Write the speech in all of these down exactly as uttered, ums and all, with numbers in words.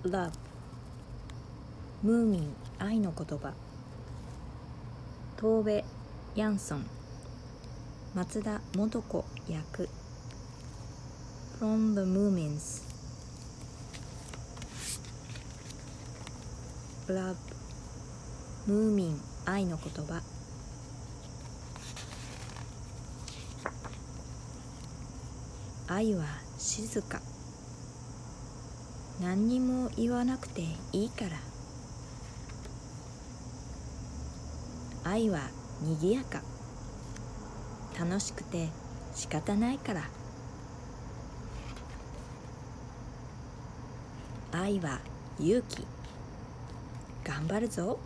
Love ムーミン愛の言葉、トーベ・ヤンソン、松田素子役 From the Moomins Love ムーミン愛の言葉。愛は静か。何にも言わなくていいから。愛はにぎやか。楽しくて仕方ないから。愛は勇気。頑張るぞ。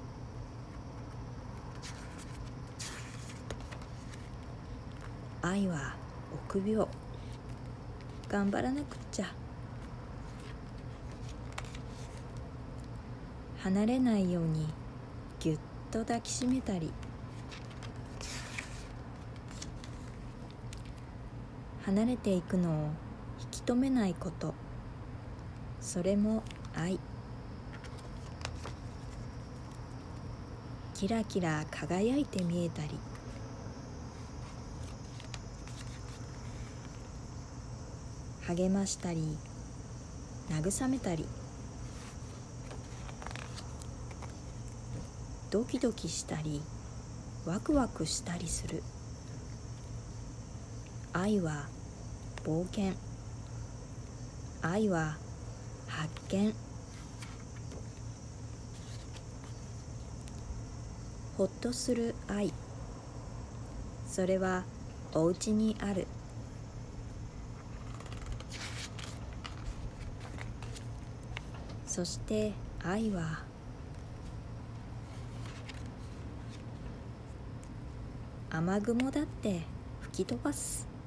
愛は臆病。頑張らなくっちゃ。離れないようにぎゅっと抱きしめたり、離れていくのを引き止めないこと、それも愛。キラキラ輝いて見えたり、励ましたり慰めたり、ドキドキしたりワクワクしたりする。愛は冒険。愛は発見。ほっとする愛、それはおうちにある。そして愛は雨雲だって吹き飛ばす。